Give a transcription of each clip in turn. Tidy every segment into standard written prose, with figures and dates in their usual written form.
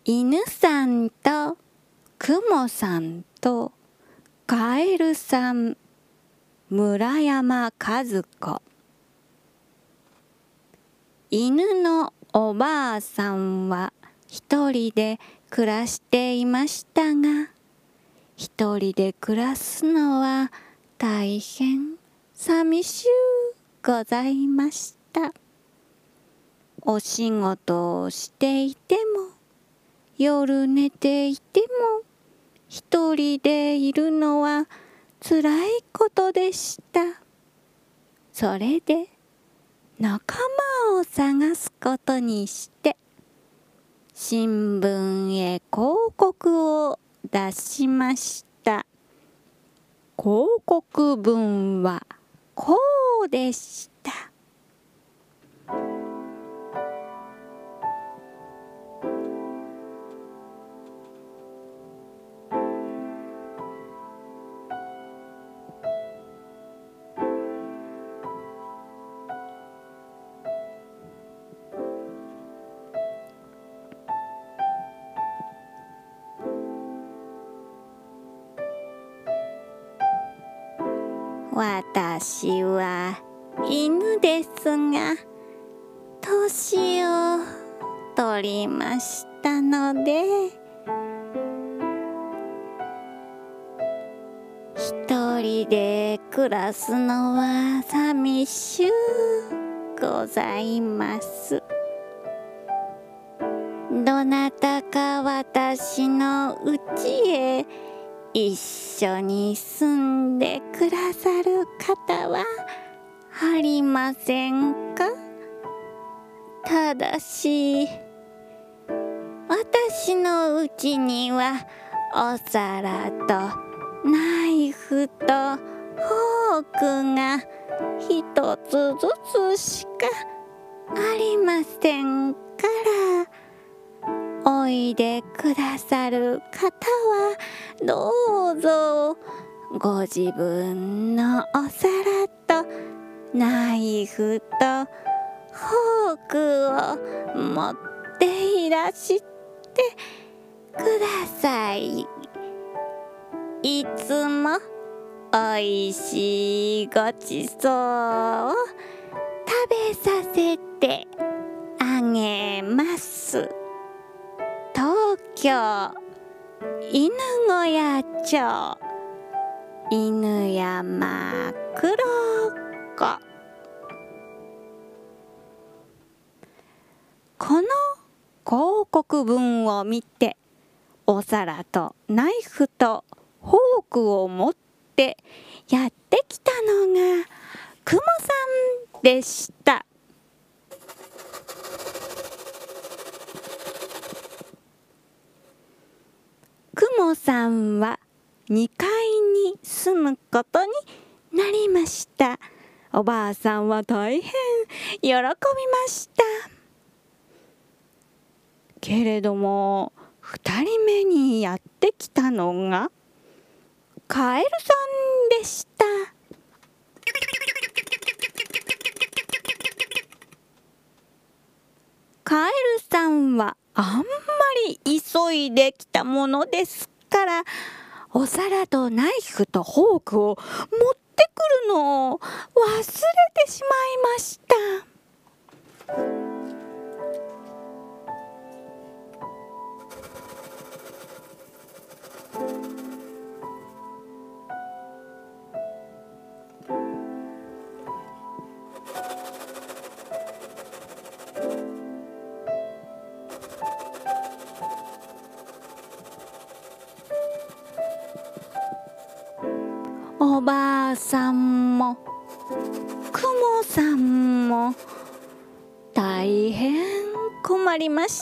犬さんとクモさんとカエルさん、村山和子。犬のおばあさんは一人で暮らしていましたが、一人で暮らすのは大変寂しゅうございました。お仕事をしていても、夜寝ていても、一人でいるのはつらいことでした。それで仲間を探すことにして、新聞へ広告を出しました。広告文はこうでした。私は犬ですが、年を取りましたので、一人で暮らすのは寂しゅうございます。どなたか私の家へ一緒に住んでくださる方はありませんか？ただし、私の家にはお皿とナイフとフォークが一つずつしかありませんから、おいでくださる方はどうぞご自分のお皿とナイフとフォークを持っていらしてください。いつもおいしいごちそうを食べさせてあげます。東京犬小屋町犬山黒子。この広告文を見て、お皿とナイフとフォークを持ってやってきたのがクモさんでした。クモさんは2階に住むことになりました。おばあさんは大変喜びました。けれども2人目にやってきたのがカエルさんでした。カエルさんはあんまり急いできたものですから、お皿とナイフとフォークを持ってくるのを忘れてしまいました。おばあさんもクモさんも大変困りました。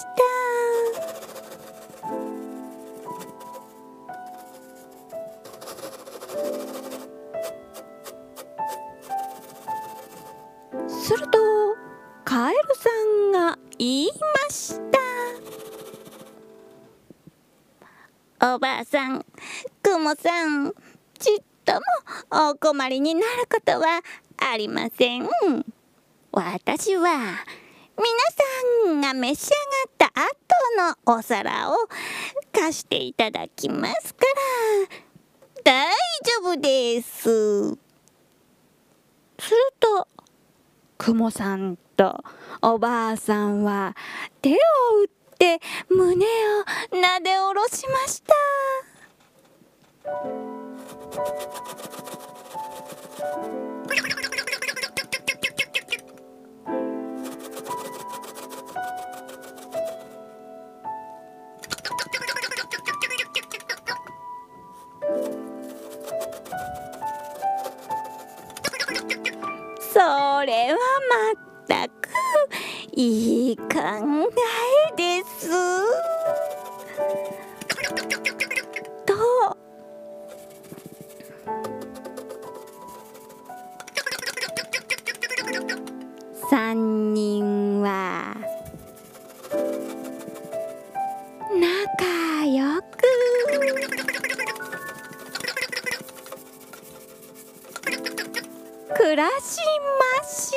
するとカエルさんが言いました。おばあさん、クモさん、ちっともお困りになることはありません。私は皆さんが召し上がった後のお皿を貸していただきますから大丈夫です。するとクモさんとおばあさんは手を打って胸をなで下ろしました。それはまったくいい考えです。と3人は仲良く暮らしました。